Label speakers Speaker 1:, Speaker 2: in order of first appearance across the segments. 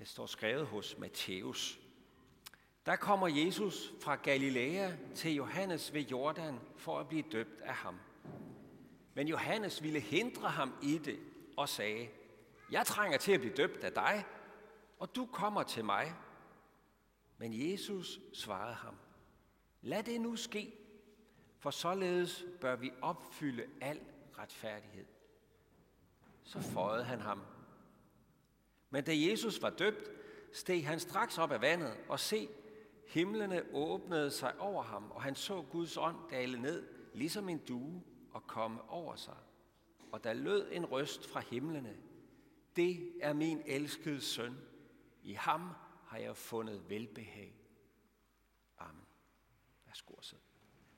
Speaker 1: Det står skrevet hos Matthæus. Der kommer Jesus fra Galilea til Johannes ved Jordan for at blive døbt af ham. Men Johannes ville hindre ham i det og sagde, jeg trænger til at blive døbt af dig, og du kommer til mig. Men Jesus svarede ham, lad det nu ske, for således bør vi opfylde al retfærdighed. Så føjede han ham. Men da Jesus var døbt, steg han straks op af vandet, og se, himlene åbnede sig over ham, og han så Guds ånd dale ned, ligesom en due, og komme over sig. Og der lød en røst fra himlene. Det er min elskede søn. I ham har jeg fundet velbehag. Amen. Værsgo og sid.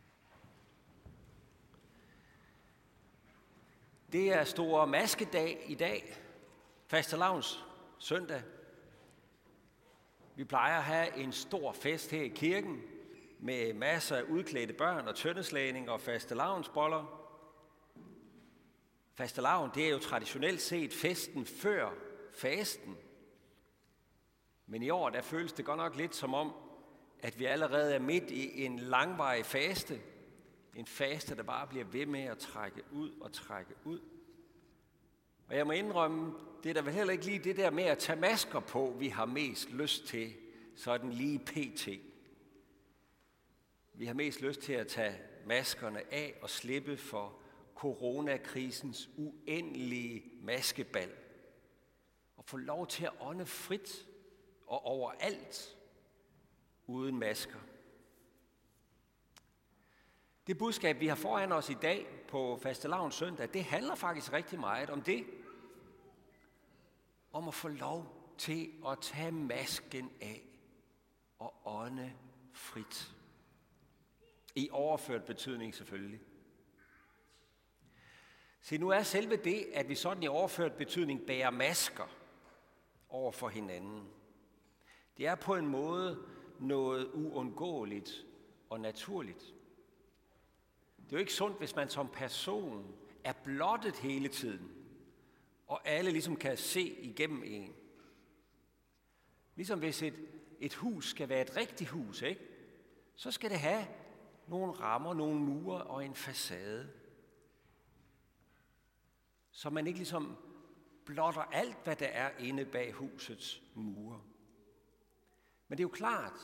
Speaker 1: Det er store maskedag i dag. Fastelavns søndag. Vi plejer at have en stor fest her i kirken med masser af udklædte børn og tøndeslagning og fastelavnsboller. Fastelavn, det er jo traditionelt set festen før fasten. Men i år, der føles det godt nok lidt som om, at vi allerede er midt i en langvarig faste. En faste, der bare bliver ved med at trække ud og trække ud. Og jeg må indrømme, det er da vel heller ikke lige det der med at tage masker på, vi har mest lyst til, sådan lige pt. Vi har mest lyst til at tage maskerne af og slippe for coronakrisens uendelige maskebal. Og få lov til at ånde frit og overalt uden masker. Det budskab, vi har foran os i dag på fastelavns søndag, det handler faktisk rigtig meget om det. Om at få lov til at tage masken af og ånde frit. I overført betydning selvfølgelig. Se, nu er selve det, at vi sådan i overført betydning bærer masker over for hinanden. Det er på en måde noget uundgåeligt og naturligt. Det er jo ikke sundt, hvis man som person er blottet hele tiden, og alle ligesom kan se igennem en. Ligesom hvis et hus skal være et rigtigt hus, ikke? Så skal det have nogle rammer, nogle mure og en facade. Så man ikke ligesom blotter alt, hvad der er inde bag husets mure. Men det er jo klart,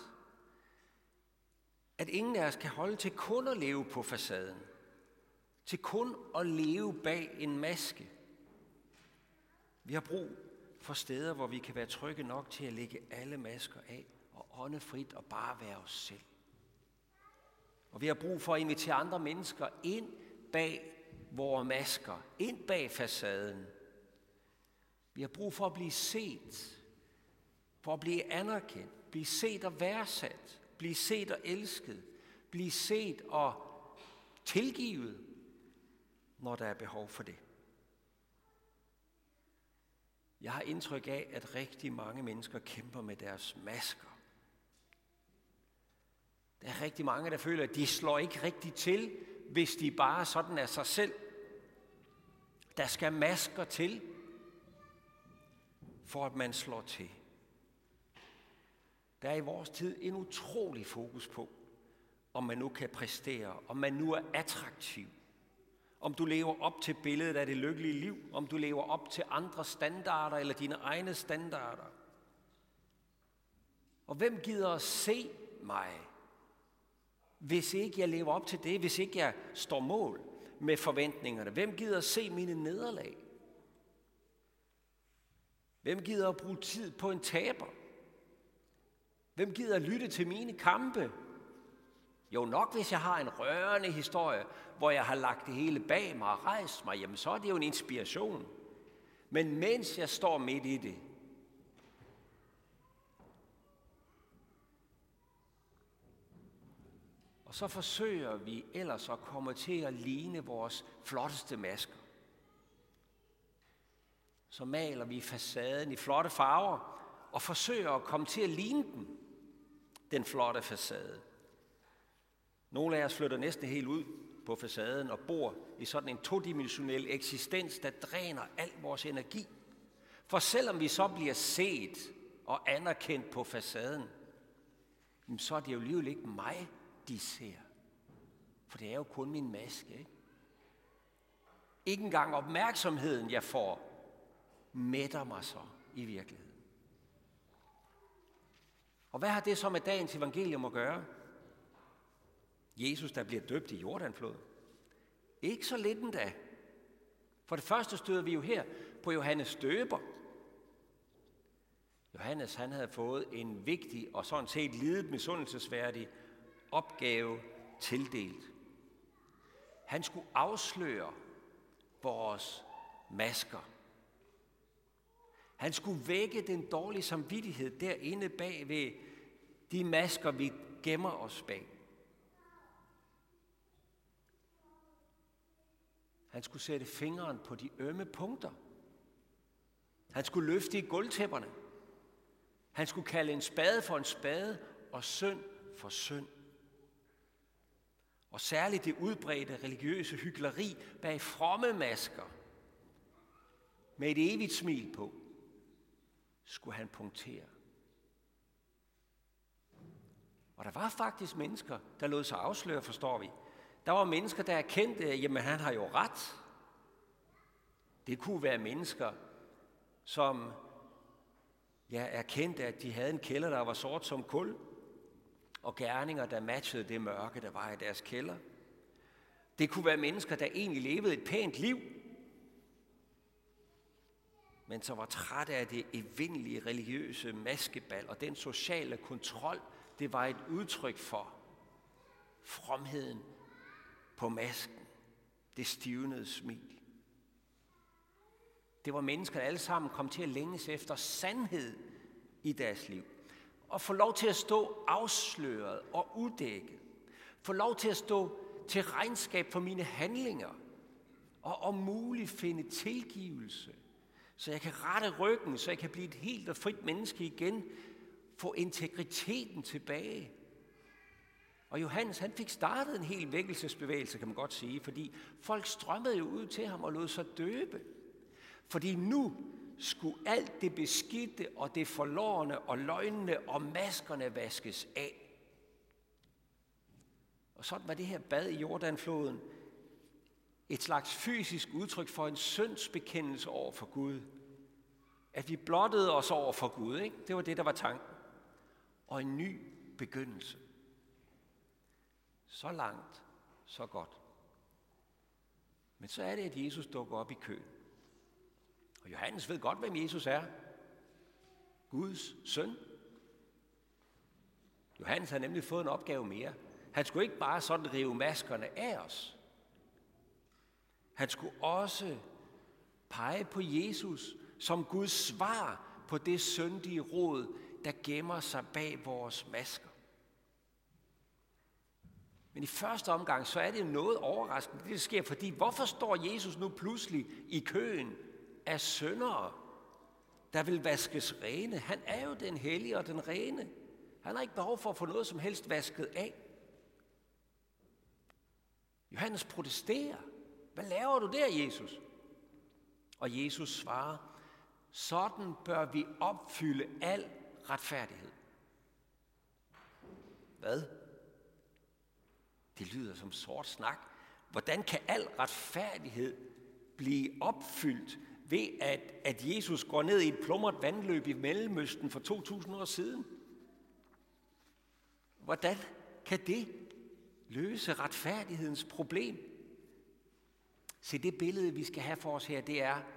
Speaker 1: at ingen af os kan holde til kun at leve på facaden. Til kun at leve bag en maske. Vi har brug for steder, hvor vi kan være trygge nok til at lægge alle masker af og ånde frit og bare være os selv. Og vi har brug for at invitere andre mennesker ind bag vores masker, ind bag facaden. Vi har brug for at blive set, for at blive anerkendt, blive set og værdsat, blive set og elsket, blive set og tilgivet, når der er behov for det. Jeg har indtryk af, at rigtig mange mennesker kæmper med deres masker. Der er rigtig mange, der føler, at de slår ikke rigtigt til, hvis de bare sådan er sig selv. Der skal masker til, for at man slår til. Der er i vores tid en utrolig fokus på, om man nu kan præstere, om man nu er attraktiv, om du lever op til billedet af det lykkelige liv, om du lever op til andre standarder eller dine egne standarder. Og hvem gider at se mig, hvis ikke jeg lever op til det, hvis ikke jeg står mål med forventningerne? Hvem gider at se mine nederlag? Hvem gider at bruge tid på en taber? Hvem gider at lytte til mine kampe? Jo, nok hvis jeg har en rørende historie, hvor jeg har lagt det hele bag mig og rejst mig, jamen så er det jo en inspiration. Men mens jeg står midt i det, og så forsøger vi ellers at komme til at ligne vores flotteste masker. Så maler vi facaden i flotte farver og forsøger at komme til at ligne den flotte facade. Nogle af os flytter næsten helt ud på facaden og bor i sådan en todimensionel eksistens, der dræner al vores energi. For selvom vi så bliver set, og anerkendt på facaden, så er det jo alligevel ikke mig, de ser. For det er jo kun min maske, ikke? Ikke engang opmærksomheden, jeg får, mætter mig så i virkeligheden. Og hvad har det så med dagens evangelium at gøre? Jesus, der bliver døbt i Jordanfloden. Ikke så lidt endda. For det første støder vi jo her på Johannes Døber. Johannes, han havde fået en vigtig og sådan set lidet misundelsesværdig opgave tildelt. Han skulle afsløre vores masker. Han skulle vække den dårlige samvittighed derinde bag ved de masker, vi gemmer os bag. Han skulle sætte fingeren på de ømme punkter. Han skulle løfte i gulvtæpperne. Han skulle kalde en spade for en spade og synd for synd. Og særligt det udbredte religiøse hykleri bag fromme masker med et evigt smil på, skulle han punktere. Og der var faktisk mennesker, der lod sig afsløre, forstår vi. Der var mennesker, der erkendte, jamen han har jo ret. Det kunne være mennesker, som erkendte, at de havde en kælder, der var sort som kul, og gerninger, der matchede det mørke, der var i deres kælder. Det kunne være mennesker, der egentlig levede et pænt liv, men som var trætte af det evindelige religiøse maskebal og den sociale kontrol, det var et udtryk for fromheden på masken, det stivnede smil. Det var mennesker, der alle sammen kom til at længes efter sandhed i deres liv. Og få lov til at stå afsløret og udækket. Få lov til at stå til regnskab for mine handlinger. Og om muligt finde tilgivelse. Så jeg kan rette ryggen, så jeg kan blive et helt og frit menneske igen. Få integriteten tilbage. Og Johannes, han fik startet en hel vækkelsesbevægelse, kan man godt sige. Fordi folk strømmede jo ud til ham og lod sig døbe. Fordi nu skulle alt det beskidte og det forlorne og løgnene og maskerne vaskes af. Og sådan var det her bad i Jordanfloden et slags fysisk udtryk for en syndsbekendelse over for Gud. At vi blottede os over for Gud, ikke? Det var det, der var tanken. Og en ny begyndelse. Så langt, så godt. Men så er det, at Jesus dukker op i køen. Og Johannes ved godt, hvem Jesus er. Guds søn. Johannes har nemlig fået en opgave mere. Han skulle ikke bare sådan rive maskerne af os. Han skulle også pege på Jesus som Guds svar på det syndige rod, der gemmer sig bag vores masker. Men i første omgang, så er det noget overraskende, det sker, fordi hvorfor står Jesus nu pludselig i køen af syndere, der vil vaskes rene? Han er jo den hellige og den rene. Han har ikke behov for at få noget som helst vasket af. Johannes protesterer. Hvad laver du der, Jesus? Og Jesus svarer, sådan bør vi opfylde al retfærdighed. Hvad? Det lyder som sort snak. Hvordan kan al retfærdighed blive opfyldt ved, at Jesus går ned i et plumret vandløb i Mellemøsten for 2000 år siden? Hvordan kan det løse retfærdighedens problem? Se, det billede, vi skal have for os her, det er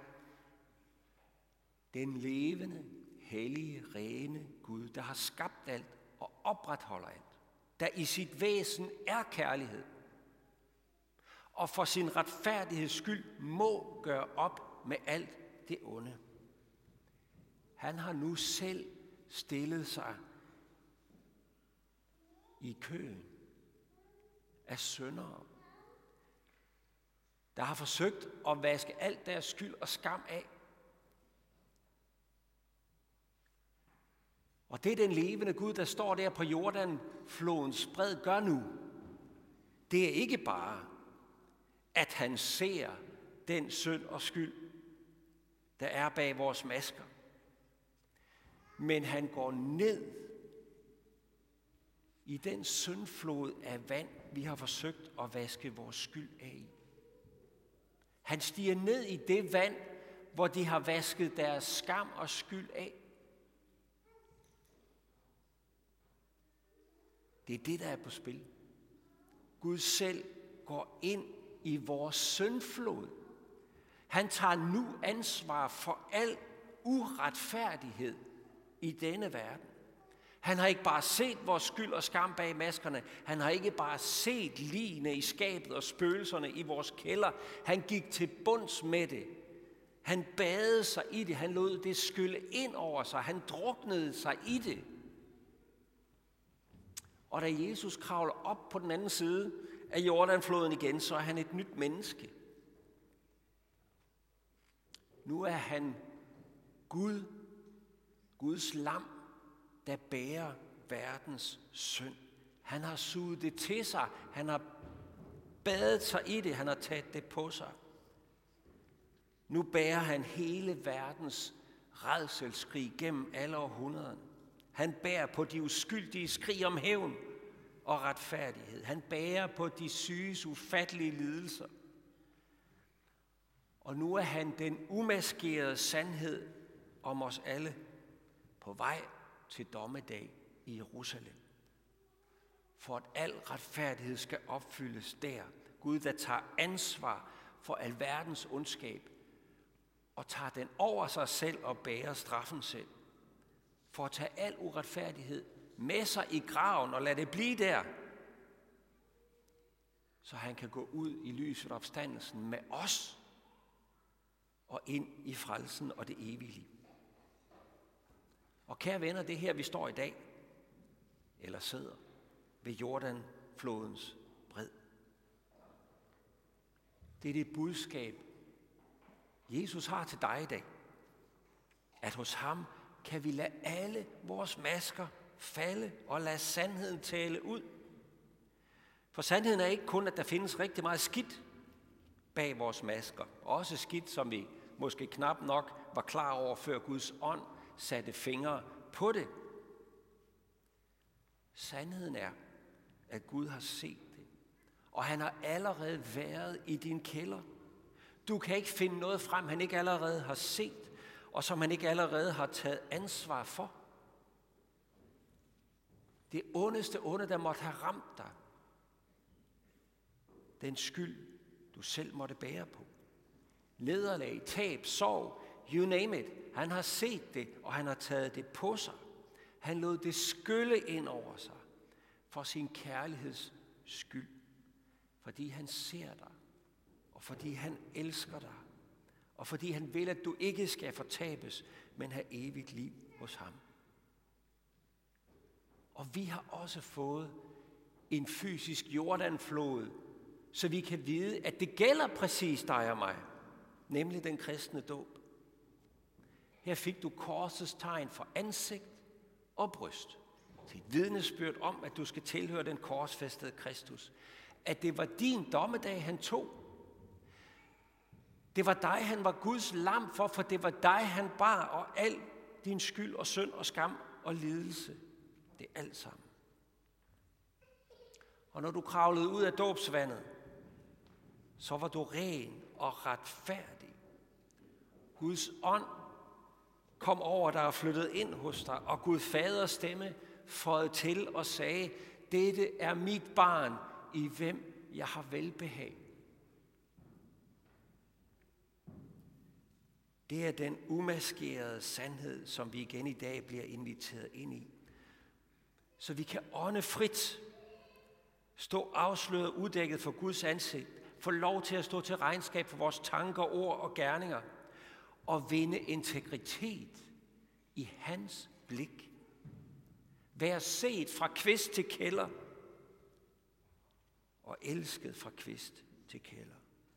Speaker 1: den levende, hellige, rene Gud, der har skabt alt og opretholder alt, der i sit væsen er kærlighed, og for sin retfærdigheds skyld må gøre op med alt det onde. Han har nu selv stillet sig i køen af syndere, der har forsøgt at vaske alt deres skyld og skam af. Og det den levende Gud, der står der på Jordanflodens bred, gør nu, det er ikke bare, at han ser den synd og skyld, der er bag vores masker. men han går ned i den syndflod af vand, vi har forsøgt at vaske vores skyld af i. Han stiger ned i det vand, hvor de har vasket deres skam og skyld af. Det er det, der er på spil. Gud selv går ind i vores syndflod. Han tager nu ansvar for al uretfærdighed i denne verden. Han har ikke bare set vores skyld og skam bag maskerne. Han har ikke bare set ligene i skabet og spøgelserne i vores kælder. Han gik til bunds med det. Han badede sig i det. Han lod det skylle ind over sig. Han druknede sig i det. Og da Jesus kravler op på den anden side af Jordanfloden igen, så er han et nyt menneske. Nu er han Guds lam, der bærer verdens synd. Han har suget det til sig. Han har badet sig i det. Han har taget det på sig. Nu bærer han hele verdens rædselsskrig gennem alle århundrederne. Han bærer på de uskyldige skrig om hævn og retfærdighed. Han bærer på de syges ufattelige lidelser. Og nu er han den umaskerede sandhed om os alle på vej til dommedag i Jerusalem. For at al retfærdighed skal opfyldes der. Gud, der tager ansvar for alverdens ondskab og tager den over sig selv og bærer straffen selv. For at tage al uretfærdighed med sig i graven og lade det blive der, så han kan gå ud i lyset og opstandelsen med os og ind i frelsen og det evige liv. Og kære venner, det her vi står i dag, eller sidder ved Jordanflodens bred. Det er det budskab, Jesus har til dig i dag. At hos ham kan vi lade alle vores masker falde og lade sandheden tale ud. For sandheden er ikke kun, at der findes rigtig meget skidt bag vores masker. Også skidt, som vi måske knap nok var klar over, før Guds ånd satte fingre på det. Sandheden er, at Gud har set det. Og han har allerede været i din kælder. Du kan ikke finde noget frem, han ikke allerede har set, og som han ikke allerede har taget ansvar for. Det ondeste onde, der måtte have ramt dig. Den skyld, du selv måtte bære på. Nederlag, tab, sorg, you name it. Han har set det, og han har taget det på sig. Han lod det skylle ind over sig for sin kærligheds skyld. Fordi han ser dig, og fordi han elsker dig, og fordi han vil, at du ikke skal fortabes, men have evigt liv hos ham. Og vi har også fået en fysisk Jordanflod, så vi kan vide, at det gælder præcis dig og mig, nemlig den kristne dåb. Her fik du korsets tegn for ansigt og bryst. Det er et vidnesbyrd om, at du skal tilhøre den korsfæstede Kristus. At det var din dommedag, han tog. Det var dig, han var Guds lam for det var dig, han bar, og al din skyld og synd og skam og lidelse. Det er alt sammen. Og når du kravlede ud af dåbsvandet, så var du ren og retfærdig. Guds ånd kom over dig og flyttede ind hos dig, og Gud Faders stemme føjede til og sagde, dette er mit barn, i hvem jeg har velbehag. Det er den umaskerede sandhed, som vi igen i dag bliver inviteret ind i. Så vi kan ånde frit, stå afsløret uddækket for Guds ansigt, få lov til at stå til regnskab for vores tanker, ord og gerninger, og vinde integritet i hans blik. Vær set fra kvist til kælder, og elsket fra kvist til kælder.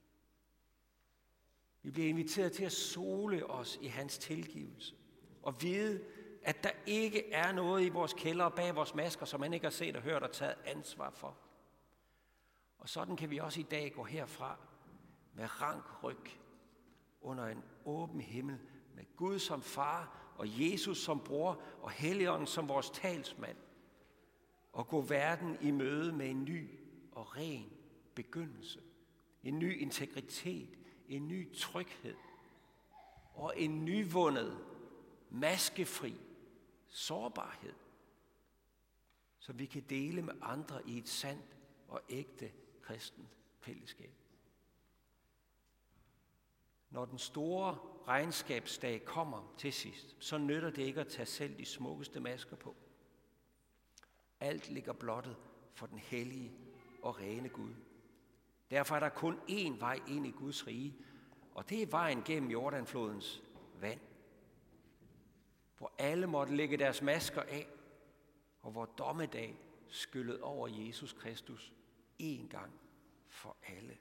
Speaker 1: Vi bliver inviteret til at sole os i hans tilgivelse, og vide, at der ikke er noget i vores kælder og bag vores masker, som man ikke har set og hørt og taget ansvar for. Og sådan kan vi også i dag gå herfra med rank ryg under en åben himmel, med Gud som far og Jesus som bror og Helligånden som vores talsmand, og gå verden i møde med en ny og ren begyndelse, en ny integritet, en ny tryghed og en nyvundet, maskefri sårbarhed, som vi kan dele med andre i et sandt og ægte kristent fællesskab. Når den store regnskabsdag kommer til sidst, så nytter det ikke at tage selv de smukkeste masker på. Alt ligger blottet for den hellige og rene Gud. Derfor er der kun én vej ind i Guds rige, og det er vejen gennem Jordanflodens vand, hvor alle måtte lægge deres masker af, og hvor dommedag skyllede over Jesus Kristus en gang for alle.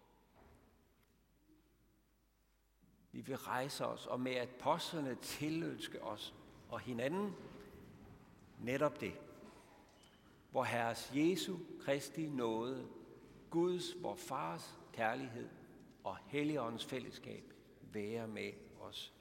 Speaker 1: Vi vil rejse os og med apostlene tilønske os og hinanden netop det. Vor Herres Jesu Kristi nåde, Guds, vor Fars kærlighed og Helligåndens fællesskab være med os